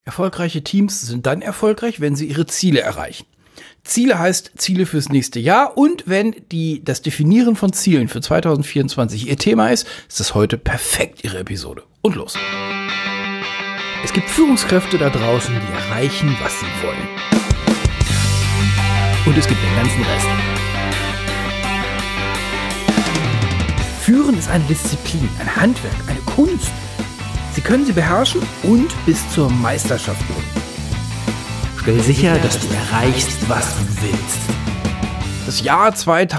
Erfolgreiche Teams sind dann erfolgreich, wenn sie ihre Ziele erreichen. Ziele heißt Ziele fürs nächste Jahr, und wenn das Definieren von Zielen für 2024 Ihr Thema ist das heute perfekt Ihre Episode. Und los! Es gibt Führungskräfte da draußen, die erreichen, was sie wollen. Und es gibt den ganzen Rest. Führen ist eine Disziplin, ein Handwerk, eine Kunst. Sie können sie beherrschen und bis zur Meisterschaft bringen. Stell sicher, dass du erreichst, was du willst. Das Jahr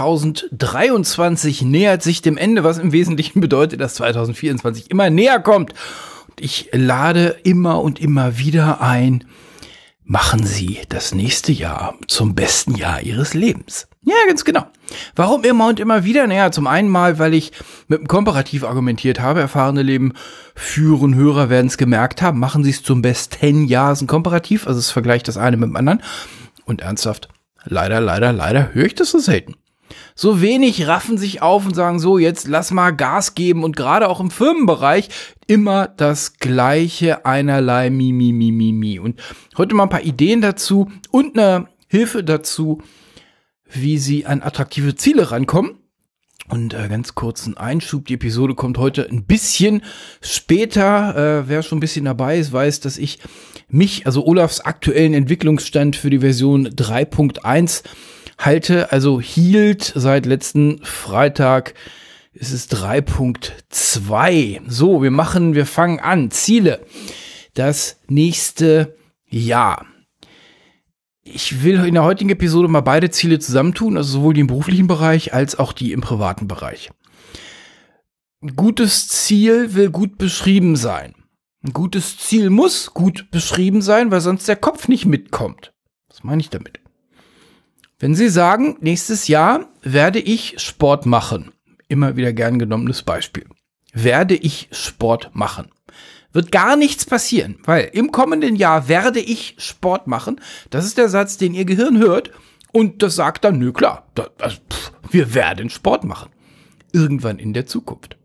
2023 nähert sich dem Ende, was im Wesentlichen bedeutet, dass 2024 immer näher kommt. Und ich lade immer und immer wieder ein, machen Sie das nächste Jahr zum besten Jahr Ihres Lebens. Ja, ganz genau. Warum immer und immer wieder? Naja, zum einen mal, weil ich mit dem Komparativ argumentiert habe. Erfahrene Leben führen, Hörer werden es gemerkt haben. Machen Sie es zum besten Jahr, ist ein Komparativ. Also es vergleicht das eine mit dem anderen. Und ernsthaft, leider höre ich das so selten. So wenig raffen sich auf und sagen so, jetzt lass mal Gas geben, und gerade auch im Firmenbereich immer das gleiche, einerlei Mi. Und heute mal ein paar Ideen dazu und eine Hilfe dazu, wie Sie an attraktive Ziele rankommen. Und ganz kurzen Einschub, die Episode kommt heute ein bisschen später. Wer schon ein bisschen dabei ist, weiß, dass ich also Olafs aktuellen Entwicklungsstand für die Version 3.1 halte, also hielt seit letzten Freitag, ist es 3.2. So, wir fangen an. Ziele. Das nächste Jahr. Ich will in der heutigen Episode mal beide Ziele zusammentun, also sowohl die im beruflichen Bereich als auch die im privaten Bereich. Ein gutes Ziel will gut beschrieben sein. Ein gutes Ziel muss gut beschrieben sein, weil sonst der Kopf nicht mitkommt. Was meine ich damit? Wenn Sie sagen, nächstes Jahr werde ich Sport machen, immer wieder gern genommenes Beispiel, werde ich Sport machen, wird gar nichts passieren, weil im kommenden Jahr werde ich Sport machen. Das ist der Satz, den Ihr Gehirn hört, und das sagt dann, nö, klar, wir werden Sport machen. Irgendwann in der Zukunft.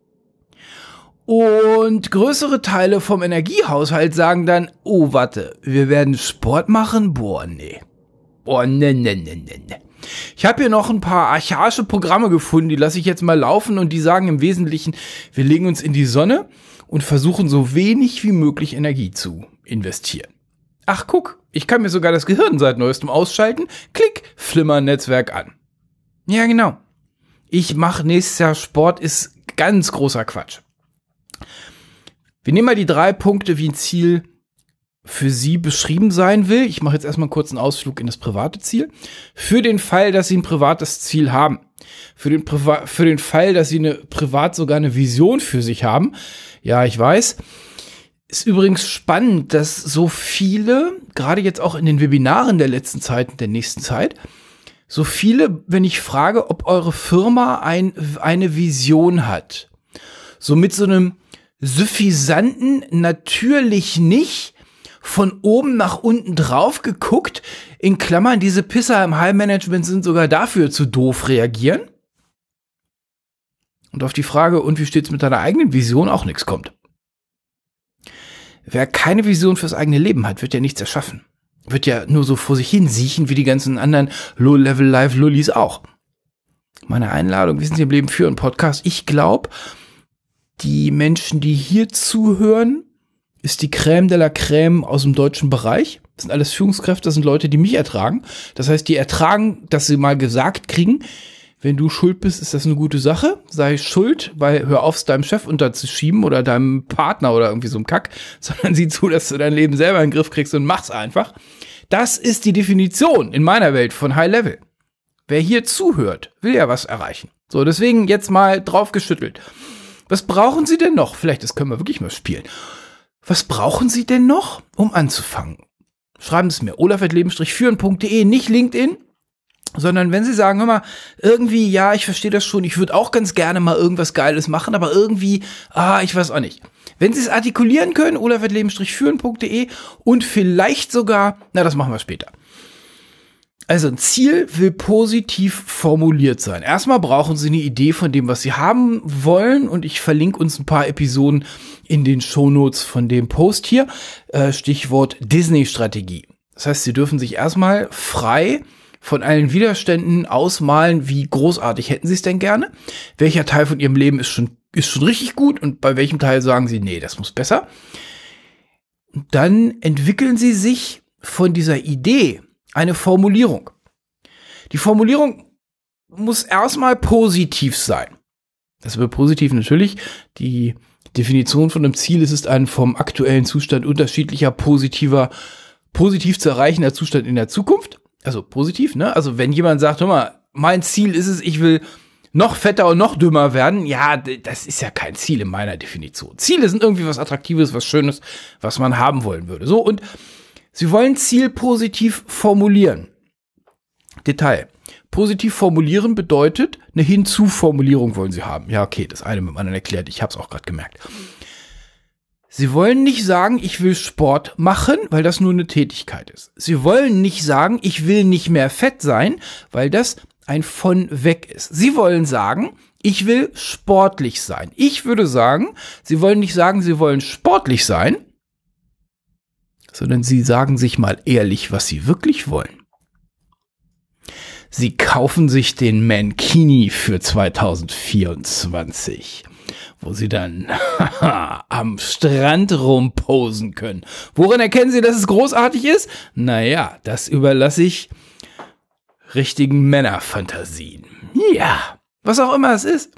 Und größere Teile vom Energiehaushalt sagen dann, oh, warte, wir werden Sport machen? Boah, nee. Oh, nee. Ich habe hier noch ein paar archaische Programme gefunden, die lasse ich jetzt mal laufen, und die sagen im Wesentlichen, wir legen uns in die Sonne und versuchen so wenig wie möglich Energie zu investieren. Ach, guck, ich kann mir sogar das Gehirn seit neuestem ausschalten. Klick, Flimmer-Netzwerk an. Ja, genau. Ich mache nächstes Jahr Sport, ist ganz großer Quatsch. Wir nehmen mal die 3 Punkte, wie ein Ziel für Sie beschrieben sein will. Ich mache jetzt erstmal einen kurzen Ausflug in das private Ziel. Für den Fall, dass Sie ein privates Ziel haben. Für den Fall, dass Sie privat sogar eine Vision für sich haben. Ja, ich weiß. Ist übrigens spannend, dass so viele, gerade jetzt auch in den Webinaren der letzten Zeit, der nächsten Zeit, so viele, wenn ich frage, ob eure Firma eine Vision hat, so mit so einem suffisanten, natürlich nicht, von oben nach unten drauf geguckt, in Klammern, diese Pisser im High-Management sind sogar dafür zu doof, reagieren. Und auf die Frage, und wie steht's mit deiner eigenen Vision, auch nichts kommt. Wer keine Vision fürs eigene Leben hat, wird ja nichts erschaffen. Wird ja nur so vor sich hin siechen, wie die ganzen anderen Low-Level-Life-Lullis auch. Meine Einladung, Wissen Sie im Leben führen, Podcast. Ich glaube, die Menschen, die hier zuhören, ist die Crème de la Crème aus dem deutschen Bereich. Das sind alles Führungskräfte, das sind Leute, die mich ertragen. Das heißt, die ertragen, dass sie mal gesagt kriegen, wenn du schuld bist, ist das eine gute Sache. Sei schuld, weil hör auf, es deinem Chef unterzuschieben oder deinem Partner oder irgendwie so einem Kack, sondern sieh zu, dass du dein Leben selber in den Griff kriegst und mach's einfach. Das ist die Definition in meiner Welt von High Level. Wer hier zuhört, will ja was erreichen. So, deswegen jetzt mal drauf geschüttelt. Was brauchen Sie denn noch? Vielleicht, das können wir wirklich mal spielen. Was brauchen Sie denn noch, um anzufangen? Schreiben Sie es mir, olaf@leben-führen.de, nicht LinkedIn, sondern wenn Sie sagen, hör mal, irgendwie, ja, ich verstehe das schon, ich würde auch ganz gerne mal irgendwas Geiles machen, aber irgendwie, ich weiß auch nicht. Wenn Sie es artikulieren können, olaf@leben-führen.de und vielleicht sogar, das machen wir später. Also ein Ziel will positiv formuliert sein. Erstmal brauchen Sie eine Idee von dem, was Sie haben wollen, und ich verlinke uns ein paar Episoden in den Shownotes von dem Post hier. Stichwort Disney-Strategie. Das heißt, Sie dürfen sich erstmal frei von allen Widerständen ausmalen, wie großartig hätten Sie es denn gerne? Welcher Teil von Ihrem Leben ist schon richtig gut und bei welchem Teil sagen Sie, nee, das muss besser? Und dann entwickeln Sie sich von dieser Idee eine Formulierung. Die Formulierung muss erstmal positiv sein. Das wird positiv natürlich. Die Definition von einem Ziel ist ein vom aktuellen Zustand unterschiedlicher positiv zu erreichender Zustand in der Zukunft. Also positiv, ne? Also wenn jemand sagt, hör mal, mein Ziel ist es, ich will noch fetter und noch dümmer werden, ja, das ist ja kein Ziel in meiner Definition. Ziele sind irgendwie was Attraktives, was Schönes, was man haben wollen würde. So, und Sie wollen Ziel positiv formulieren. Detail. Positiv formulieren bedeutet, eine Hinzuformulierung wollen Sie haben. Ja, okay, das eine mit dem anderen erklärt. Ich habe es auch gerade gemerkt. Sie wollen nicht sagen, ich will Sport machen, weil das nur eine Tätigkeit ist. Sie wollen nicht sagen, ich will nicht mehr fett sein, weil das ein von weg ist. Sie wollen sagen, ich will sportlich sein. Ich würde sagen, Sie wollen nicht sagen, Sie wollen sportlich sein, sondern Sie sagen sich mal ehrlich, was Sie wirklich wollen. Sie kaufen sich den Mankini für 2024, wo Sie dann am Strand rumposen können. Woran erkennen Sie, dass es großartig ist? Naja, das überlasse ich richtigen Männerfantasien. Ja, was auch immer es ist.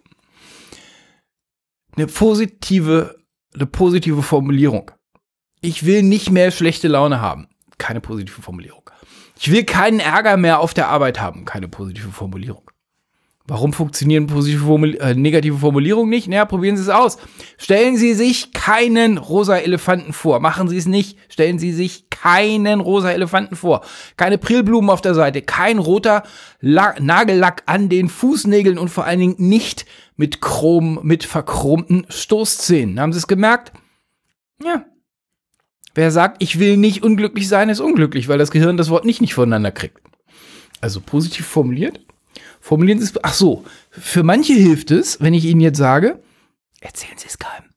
Eine positive Formulierung. Ich will nicht mehr schlechte Laune haben. Keine positive Formulierung. Ich will keinen Ärger mehr auf der Arbeit haben. Keine positive Formulierung. Warum funktionieren negative Formulierungen nicht? Naja, probieren Sie es aus. Stellen Sie sich keinen rosa Elefanten vor. Machen Sie es nicht. Stellen Sie sich keinen rosa Elefanten vor. Keine Prillblumen auf der Seite. Kein roter Nagellack an den Fußnägeln und vor allen Dingen nicht mit verchromten Stoßzähnen. Haben Sie es gemerkt? Ja. Wer sagt, ich will nicht unglücklich sein, ist unglücklich, weil das Gehirn das Wort nicht voneinander kriegt. Also positiv formuliert. Formulieren Sie es. Ach so, für manche hilft es, wenn ich Ihnen jetzt sage, erzählen Sie es keinem.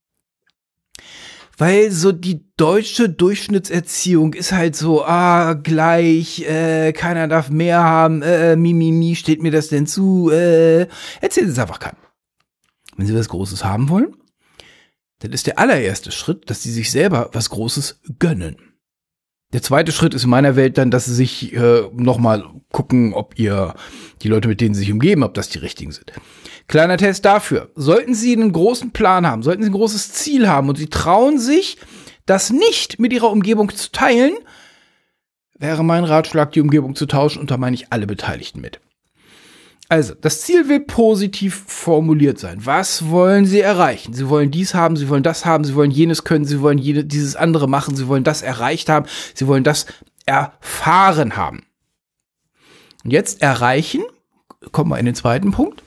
Weil so die deutsche Durchschnittserziehung ist halt so, gleich, keiner darf mehr haben, steht mir das denn zu, erzählen Sie es einfach keinem. Wenn Sie was Großes haben wollen, dann ist der allererste Schritt, dass Sie sich selber was Großes gönnen. Der zweite Schritt ist in meiner Welt dann, dass Sie sich nochmal gucken, ob die Leute, mit denen Sie sich umgeben, ob das die richtigen sind. Kleiner Test dafür. Sollten Sie einen großen Plan haben, sollten Sie ein großes Ziel haben und Sie trauen sich, das nicht mit Ihrer Umgebung zu teilen, wäre mein Ratschlag, die Umgebung zu tauschen, und da meine ich alle Beteiligten mit. Also, das Ziel will positiv formuliert sein. Was wollen Sie erreichen? Sie wollen dies haben, Sie wollen das haben, Sie wollen jenes können, Sie wollen dieses andere machen, Sie wollen das erreicht haben, Sie wollen das erfahren haben. Und jetzt erreichen, kommen wir in den zweiten Punkt.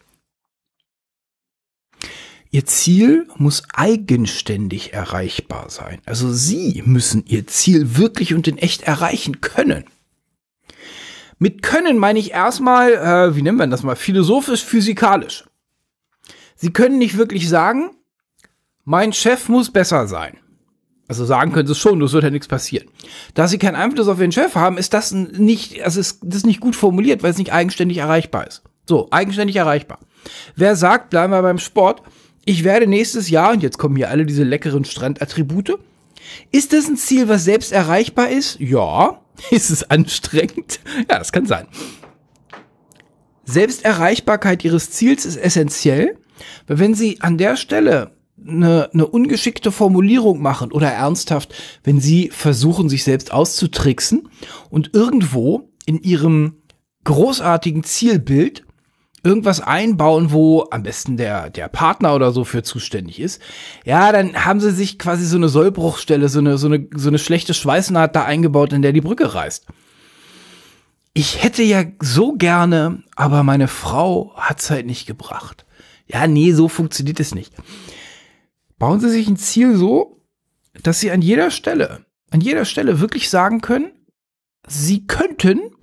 Ihr Ziel muss eigenständig erreichbar sein. Also Sie müssen Ihr Ziel wirklich und in echt erreichen können. Mit können meine ich erstmal, wie nennen wir das mal, philosophisch-physikalisch. Sie können nicht wirklich sagen, mein Chef muss besser sein. Also sagen können Sie es schon, das wird ja nichts passieren. Da Sie keinen Einfluss auf Ihren Chef haben, ist das nicht gut formuliert, weil es nicht eigenständig erreichbar ist. So, eigenständig erreichbar. Wer sagt, bleiben wir beim Sport, ich werde nächstes Jahr, und jetzt kommen hier alle diese leckeren Strandattribute, ist das ein Ziel, was selbst erreichbar ist? Ja. Ist es anstrengend? Ja, das kann sein. Selbsterreichbarkeit Ihres Ziels ist essentiell, weil wenn Sie an der Stelle eine ungeschickte Formulierung machen oder ernsthaft, wenn Sie versuchen, sich selbst auszutricksen und irgendwo in Ihrem großartigen Zielbild irgendwas einbauen, wo am besten der Partner oder so für zuständig ist, ja, dann haben sie sich quasi so eine Sollbruchstelle, so eine schlechte Schweißnaht da eingebaut, in der die Brücke reißt. Ich hätte ja so gerne, aber meine Frau hat's halt nicht gebracht. Ja, nee, so funktioniert es nicht. Bauen Sie sich ein Ziel so, dass Sie an jeder Stelle wirklich sagen können, Sie könnten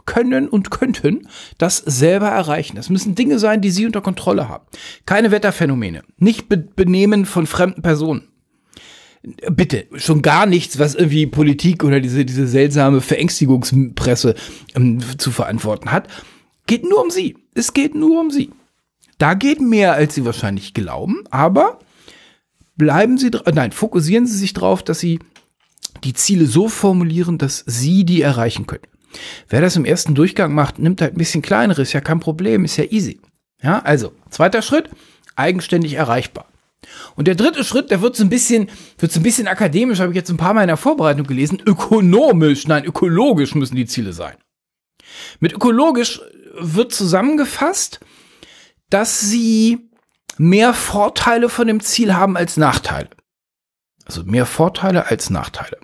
können und könnten das selber erreichen. Das müssen Dinge sein, die Sie unter Kontrolle haben. Keine Wetterphänomene, nicht Benehmen von fremden Personen. Bitte, schon gar nichts, was irgendwie Politik oder diese seltsame Verängstigungspresse zu verantworten hat. Geht nur um Sie. Es geht nur um Sie. Da geht mehr, als Sie wahrscheinlich glauben, aber fokussieren Sie sich drauf, dass Sie die Ziele so formulieren, dass Sie die erreichen können. Wer das im ersten Durchgang macht, nimmt halt ein bisschen kleineres, ist ja kein Problem, ist ja easy. Ja, also, zweiter Schritt, eigenständig erreichbar. Und der dritte Schritt, der wird so ein bisschen akademisch, habe ich jetzt ein paar Mal in der Vorbereitung gelesen, ökologisch müssen die Ziele sein. Mit ökologisch wird zusammengefasst, dass Sie mehr Vorteile von dem Ziel haben als Nachteile. Also mehr Vorteile als Nachteile.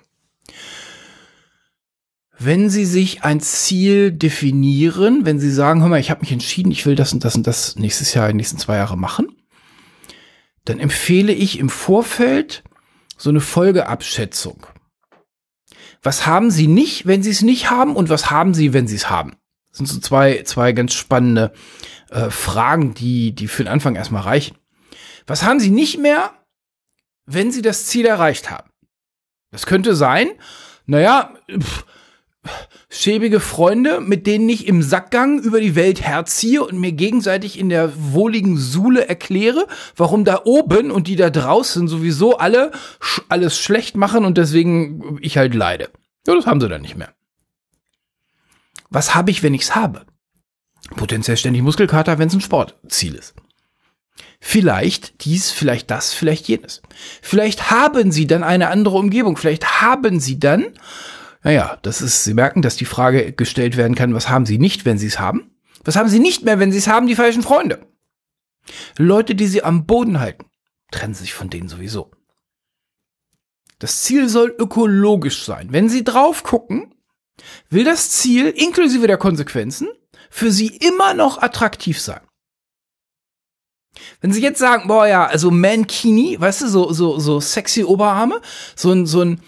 Wenn Sie sich ein Ziel definieren, wenn Sie sagen, hör mal, ich habe mich entschieden, ich will das und das und das nächstes Jahr, in den nächsten 2 Jahre machen, dann empfehle ich im Vorfeld so eine Folgeabschätzung. Was haben Sie nicht, wenn Sie es nicht haben, und was haben Sie, wenn Sie es haben? Das sind so zwei ganz spannende Fragen, die für den Anfang erstmal reichen. Was haben Sie nicht mehr, wenn Sie das Ziel erreicht haben? Das könnte sein, schäbige Freunde, mit denen ich im Sackgang über die Welt herziehe und mir gegenseitig in der wohligen Suhle erkläre, warum da oben und die da draußen sowieso alles schlecht machen und deswegen ich halt leide. Ja, das haben Sie dann nicht mehr. Was habe ich, wenn ich es habe? Potenziell ständig Muskelkater, wenn es ein Sportziel ist. Vielleicht dies, vielleicht das, vielleicht jenes. Vielleicht haben Sie dann eine andere Umgebung. Vielleicht haben Sie dann, Sie merken, dass die Frage gestellt werden kann, was haben Sie nicht, wenn Sie es haben? Was haben Sie nicht mehr, wenn Sie es haben? Die falschen Freunde. Leute, die Sie am Boden halten, trennen sich von denen sowieso. Das Ziel soll ökologisch sein. Wenn Sie drauf gucken, will das Ziel inklusive der Konsequenzen für Sie immer noch attraktiv sein. Wenn Sie jetzt sagen, also Mankini, weißt du, so sexy Oberarme, so ein,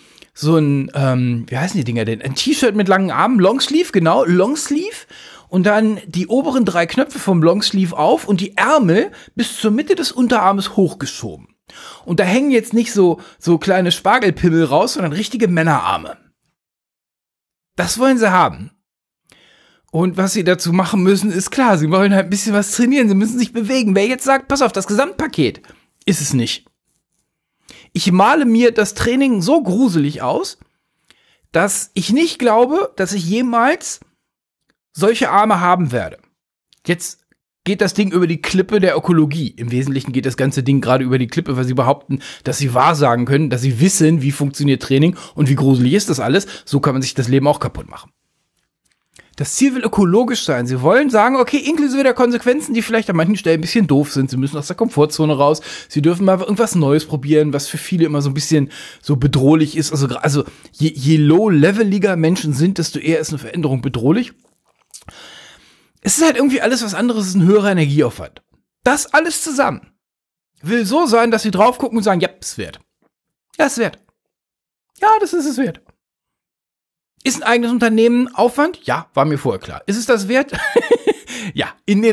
wie heißen die Dinger denn? Ein T-Shirt mit langen Armen, Longsleeve, genau, Longsleeve. Und dann die oberen 3 Knöpfe vom Longsleeve auf und die Ärmel bis zur Mitte des Unterarmes hochgeschoben. Und da hängen jetzt nicht so kleine Spargelpimmel raus, sondern richtige Männerarme. Das wollen Sie haben. Und was Sie dazu machen müssen, ist klar, Sie wollen halt ein bisschen was trainieren, Sie müssen sich bewegen. Wer jetzt sagt, pass auf, das Gesamtpaket, ist es nicht. Ich male mir das Training so gruselig aus, dass ich nicht glaube, dass ich jemals solche Arme haben werde. Jetzt geht das Ding über die Klippe der Ökologie. Im Wesentlichen geht das ganze Ding gerade über die Klippe, weil Sie behaupten, dass Sie wahrsagen können, dass Sie wissen, wie funktioniert Training und wie gruselig ist das alles. So kann man sich das Leben auch kaputt machen. Das Ziel will ökologisch sein. Sie wollen sagen, okay, inklusive der Konsequenzen, die vielleicht an manchen Stellen ein bisschen doof sind. Sie müssen aus der Komfortzone raus. Sie dürfen mal irgendwas Neues probieren, was für viele immer so ein bisschen so bedrohlich ist. Also je low-leveliger Menschen sind, desto eher ist eine Veränderung bedrohlich. Es ist halt irgendwie alles was anderes, es ist ein höherer Energieaufwand. Das alles zusammen will so sein, dass Sie drauf gucken und sagen, ja, ist wert. Ja, ist wert. Ja, das ist es wert. Ist ein eigenes Unternehmen Aufwand? Ja, war mir vorher klar. Ist es das wert? Ja,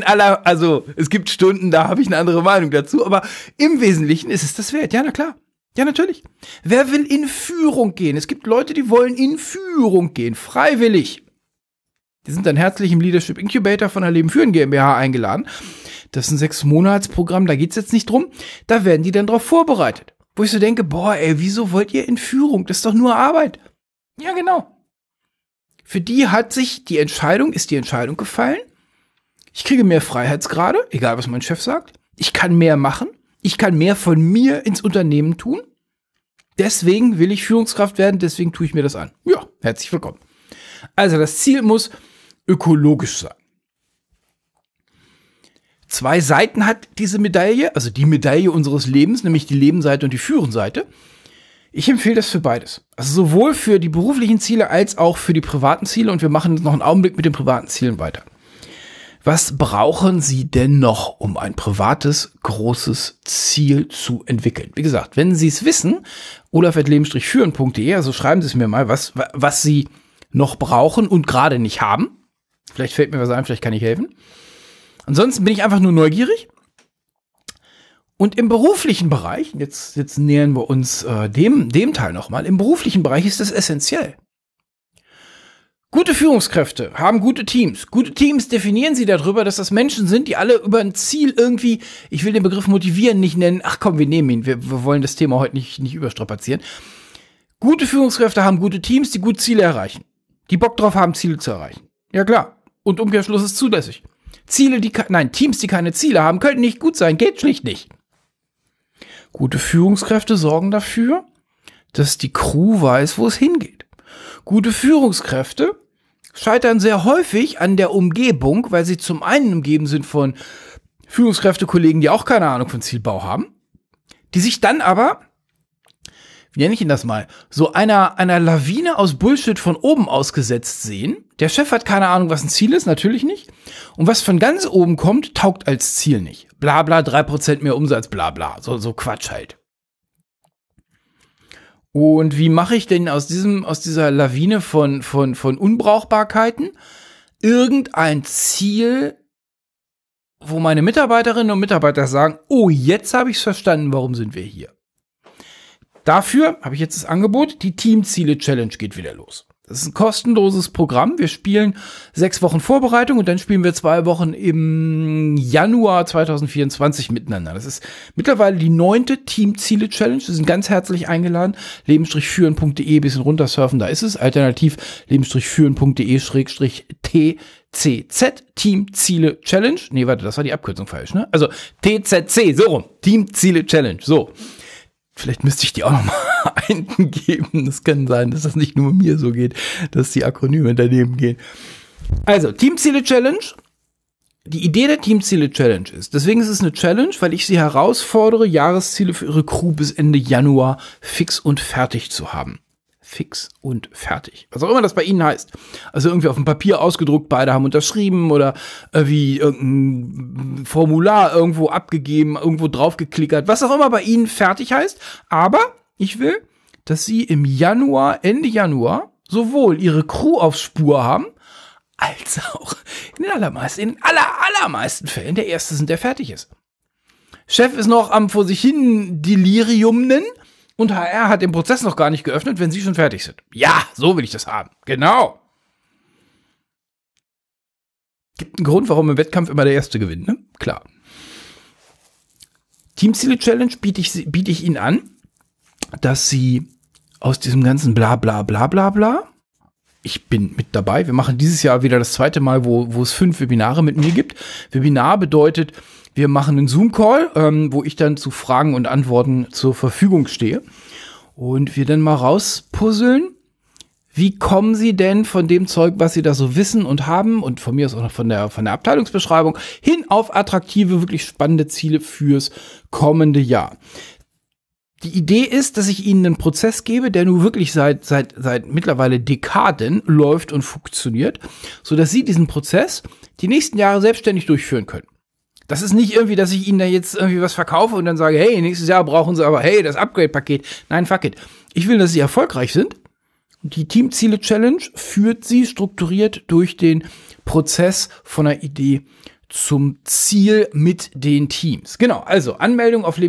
es gibt Stunden, da habe ich eine andere Meinung dazu, aber im Wesentlichen ist es das wert. Ja, na klar. Ja, natürlich. Wer will in Führung gehen? Es gibt Leute, die wollen in Führung gehen, freiwillig. Die sind dann herzlich im Leadership Incubator von der Leben führen GmbH eingeladen. Das ist ein 6-Monats-Programm, da geht's jetzt nicht drum. Da werden die dann drauf vorbereitet. Wo ich so denke, wieso wollt ihr in Führung? Das ist doch nur Arbeit. Ja, genau. Für die ist die Entscheidung gefallen. Ich kriege mehr Freiheitsgrade, egal was mein Chef sagt. Ich kann mehr machen. Ich kann mehr von mir ins Unternehmen tun. Deswegen will ich Führungskraft werden, deswegen tue ich mir das an. Ja, herzlich willkommen. Also das Ziel muss ökologisch sein. 2 Seiten hat diese Medaille, also die Medaille unseres Lebens, nämlich die Lebenseite und die Führenseite. Ich empfehle das für beides. Also sowohl für die beruflichen Ziele als auch für die privaten Ziele. Und wir machen jetzt noch einen Augenblick mit den privaten Zielen weiter. Was brauchen Sie denn noch, um ein privates, großes Ziel zu entwickeln? Wie gesagt, wenn Sie es wissen, olaf@leben-führen.de, also schreiben Sie es mir mal, was Sie noch brauchen und gerade nicht haben. Vielleicht fällt mir was ein, vielleicht kann ich helfen. Ansonsten bin ich einfach nur neugierig. Und im beruflichen Bereich, jetzt nähern wir uns dem Teil nochmal, im beruflichen Bereich ist das essentiell. Gute Führungskräfte haben gute Teams. Gute Teams definieren sie darüber, dass das Menschen sind, die alle über ein Ziel irgendwie, ich will den Begriff motivieren nicht nennen, ach komm, wir nehmen ihn, wir wollen das Thema heute nicht überstrapazieren. Gute Führungskräfte haben gute Teams, die gute Ziele erreichen. Die Bock drauf haben, Ziele zu erreichen. Ja klar. Und Umkehrschluss ist zulässig. Teams, die keine Ziele haben, können nicht gut sein, geht schlicht nicht. Gute Führungskräfte sorgen dafür, dass die Crew weiß, wo es hingeht. Gute Führungskräfte scheitern sehr häufig an der Umgebung, weil sie zum einen umgeben sind von Führungskräftekollegen, die auch keine Ahnung von Zielbau haben, die sich dann aber, wie nenne ich ihn das mal, so einer Lawine aus Bullshit von oben ausgesetzt sehen. Der Chef hat keine Ahnung, was ein Ziel ist, natürlich nicht. Und was von ganz oben kommt, taugt als Ziel nicht. Bla bla, 3% mehr Umsatz, bla bla, so Quatsch halt. Und wie mache ich denn aus dieser Lawine von Unbrauchbarkeiten irgendein Ziel, wo meine Mitarbeiterinnen und Mitarbeiter sagen, oh, jetzt habe ich es verstanden, warum sind wir hier. Dafür habe ich jetzt das Angebot, die Teamziele-Challenge geht wieder los. Das ist ein kostenloses Programm. Wir spielen 6 Wochen Vorbereitung und dann spielen wir 2 Wochen im Januar 2024 miteinander. Das ist mittlerweile die 9. Teamziele-Challenge. Sie sind ganz herzlich eingeladen. Leben-führen.de, bisschen runtersurfen, da ist es. Alternativ leben-führen.de/TCZ, Teamziele-Challenge. Nee, warte, das war die Abkürzung falsch, ne? Also TZC, so rum. Teamziele-Challenge, so. Vielleicht müsste ich die auch noch mal eingeben. Das kann sein, dass das nicht nur mir so geht, dass die Akronyme daneben gehen. Also, Teamziele-Challenge. Die Idee der Teamziele-Challenge ist, deswegen ist es eine Challenge, weil ich sie herausfordere, Jahresziele für ihre Crew bis Ende Januar fix und fertig zu haben. Fix und fertig. Was auch immer das bei Ihnen heißt. Also irgendwie auf dem Papier ausgedruckt, beide haben unterschrieben oder wie irgendein Formular irgendwo abgegeben, irgendwo draufgeklickert, was auch immer bei Ihnen fertig heißt. Aber ich will, dass Sie im Januar, Ende Januar, sowohl Ihre Crew auf Spur haben, als auch in den allermeisten Fällen der Erste sind, der fertig ist. Chef ist noch am vor sich hin Deliriumnen. Und HR hat den Prozess noch gar nicht geöffnet, wenn Sie schon fertig sind. Ja, so will ich das haben. Genau. Gibt einen Grund, warum im Wettkampf immer der Erste gewinnt, ne? Klar. Teamziele-Challenge biete ich Ihnen an, dass Sie aus diesem ganzen bla bla bla bla bla, ich bin mit dabei, wir machen dieses Jahr wieder das 2. Mal, wo es 5 Webinare mit mir gibt. Webinar bedeutet, wir machen einen Zoom-Call, wo ich dann zu Fragen und Antworten zur Verfügung stehe. Und wir dann mal rauspuzzeln, wie kommen Sie denn von dem Zeug, was Sie da so wissen und haben, und von mir aus auch noch von der Abteilungsbeschreibung, hin auf attraktive, wirklich spannende Ziele fürs kommende Jahr. Die Idee ist, dass ich Ihnen einen Prozess gebe, der nun wirklich seit mittlerweile Dekaden läuft und funktioniert, sodass Sie diesen Prozess die nächsten Jahre selbstständig durchführen können. Das ist nicht irgendwie, dass ich Ihnen da jetzt irgendwie was verkaufe und dann sage, hey, nächstes Jahr brauchen Sie aber, hey, das Upgrade-Paket. Nein, fuck it. Ich will, dass Sie erfolgreich sind. Die Teamziele-Challenge führt Sie strukturiert durch den Prozess von der Idee zum Ziel mit den Teams. Genau, also Anmeldung auf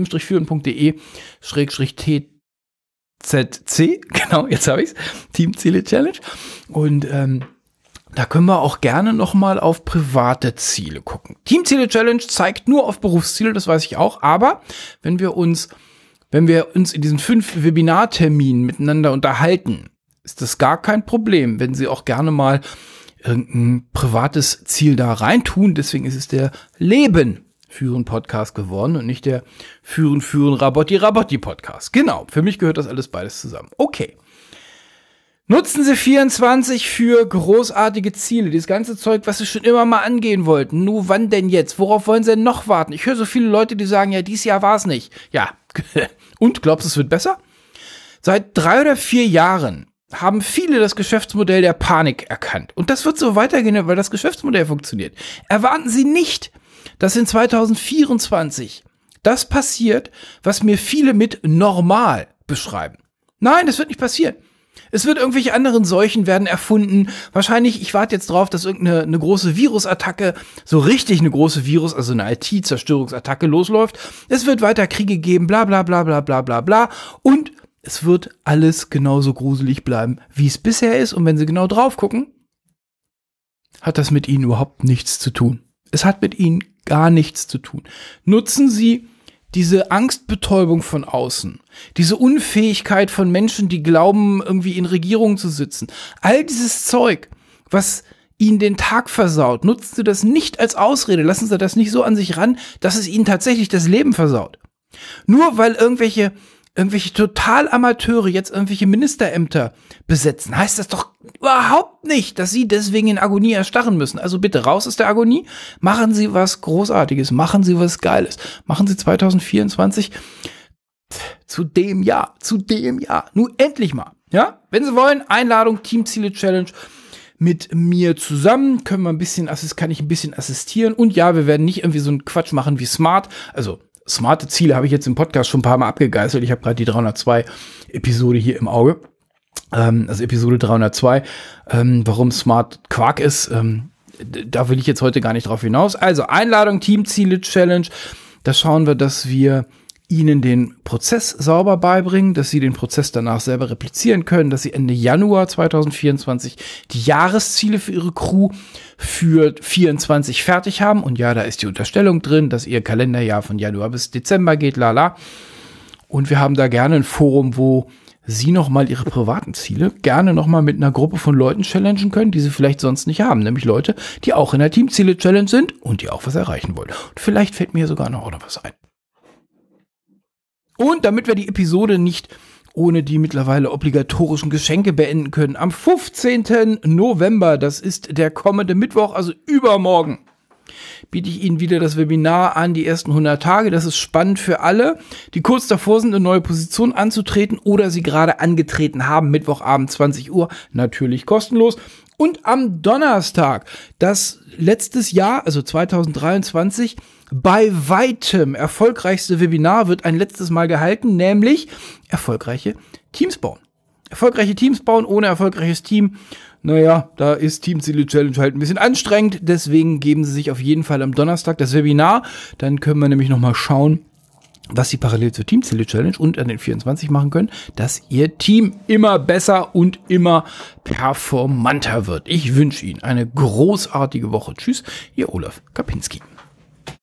leben-führen.de/TZC. Genau, jetzt habe ich's. Teamziele-Challenge. Und da können wir auch gerne noch mal auf private Ziele gucken. Teamziele-Challenge zeigt nur auf Berufsziele, das weiß ich auch. Aber wenn wir uns in diesen 5 Webinarterminen miteinander unterhalten, ist das gar kein Problem, wenn Sie auch gerne mal irgendein privates Ziel da reintun. Deswegen ist es der Leben-Führen-Podcast geworden und nicht der Führen-Rabotti-Podcast. Genau, für mich gehört das alles beides zusammen. Okay. Nutzen Sie 24 für großartige Ziele. Dieses ganze Zeug, was Sie schon immer mal angehen wollten. Nur wann denn jetzt? Worauf wollen Sie denn noch warten? Ich höre so viele Leute, die sagen, ja, dieses Jahr war es nicht. Ja, und glaubst du, es wird besser? Seit 3 oder 4 Jahren haben viele das Geschäftsmodell der Panik erkannt. Und das wird so weitergehen, weil das Geschäftsmodell funktioniert. Erwarten Sie nicht, dass in 2024 das passiert, was mir viele mit normal beschreiben. Nein, das wird nicht passieren. Es wird irgendwelche anderen Seuchen werden erfunden. Wahrscheinlich, ich warte jetzt drauf, dass irgendeine große Virusattacke, so richtig eine große also eine IT-Zerstörungsattacke losläuft. Es wird weiter Kriege geben, bla bla bla bla bla bla bla. Und es wird alles genauso gruselig bleiben, wie es bisher ist. Und wenn Sie genau drauf gucken, hat das mit Ihnen überhaupt nichts zu tun. Es hat mit Ihnen gar nichts zu tun. Nutzen Sie diese Angstbetäubung von außen, diese Unfähigkeit von Menschen, die glauben, irgendwie in Regierungen zu sitzen. All dieses Zeug, was Ihnen den Tag versaut, nutzen Sie das nicht als Ausrede. Lassen Sie das nicht so an sich ran, dass es Ihnen tatsächlich das Leben versaut. Nur weil irgendwelche Totalamateure jetzt irgendwelche Ministerämter besetzen, heißt das doch überhaupt nicht, dass sie deswegen in Agonie erstarren müssen. Also bitte raus aus der Agonie, machen Sie was Großartiges, machen Sie was Geiles, machen Sie 2024 zu dem Jahr, nun endlich mal, ja? Wenn Sie wollen, Einladung, Teamziele Challenge mit mir zusammen, kann ich ein bisschen assistieren und ja, wir werden nicht irgendwie so einen Quatsch machen wie Smart, also smarte Ziele habe ich jetzt im Podcast schon ein paar Mal abgegeißelt. Ich habe gerade die 302 Episode hier im Auge. Also Episode 302. Warum Smart Quark ist, da will ich jetzt heute gar nicht drauf hinaus. Also Einladung, Teamziele, Challenge. Da schauen wir, dass wir Ihnen den Prozess sauber beibringen, dass Sie den Prozess danach selber replizieren können, dass Sie Ende Januar 2024 die Jahresziele für Ihre Crew für 24 fertig haben. Und ja, da ist die Unterstellung drin, dass Ihr Kalenderjahr von Januar bis Dezember geht, lala. Und wir haben da gerne ein Forum, wo Sie nochmal Ihre privaten Ziele gerne nochmal mit einer Gruppe von Leuten challengen können, die Sie vielleicht sonst nicht haben. Nämlich Leute, die auch in der Teamziele-Challenge sind und die auch was erreichen wollen. Und vielleicht fällt mir sogar noch was ein. Und damit wir die Episode nicht ohne die mittlerweile obligatorischen Geschenke beenden können, am 15. November, das ist der kommende Mittwoch, also übermorgen, biete ich Ihnen wieder das Webinar an, die ersten 100 Tage. Das ist spannend für alle, die kurz davor sind, eine neue Position anzutreten oder sie gerade angetreten haben, Mittwochabend 20 Uhr, natürlich kostenlos. Und am Donnerstag, das letztes Jahr, also 2023, bei weitem erfolgreichste Webinar wird ein letztes Mal gehalten, nämlich erfolgreiche Teams bauen. Erfolgreiche Teams bauen ohne erfolgreiches Team. Naja, da ist Teamziele Challenge halt ein bisschen anstrengend. Deswegen geben Sie sich auf jeden Fall am Donnerstag das Webinar. Dann können wir nämlich nochmal schauen, was Sie parallel zur Teamziele Challenge und an den 24 machen können, dass Ihr Team immer besser und immer performanter wird. Ich wünsche Ihnen eine großartige Woche. Tschüss, Ihr Olaf Kapinski.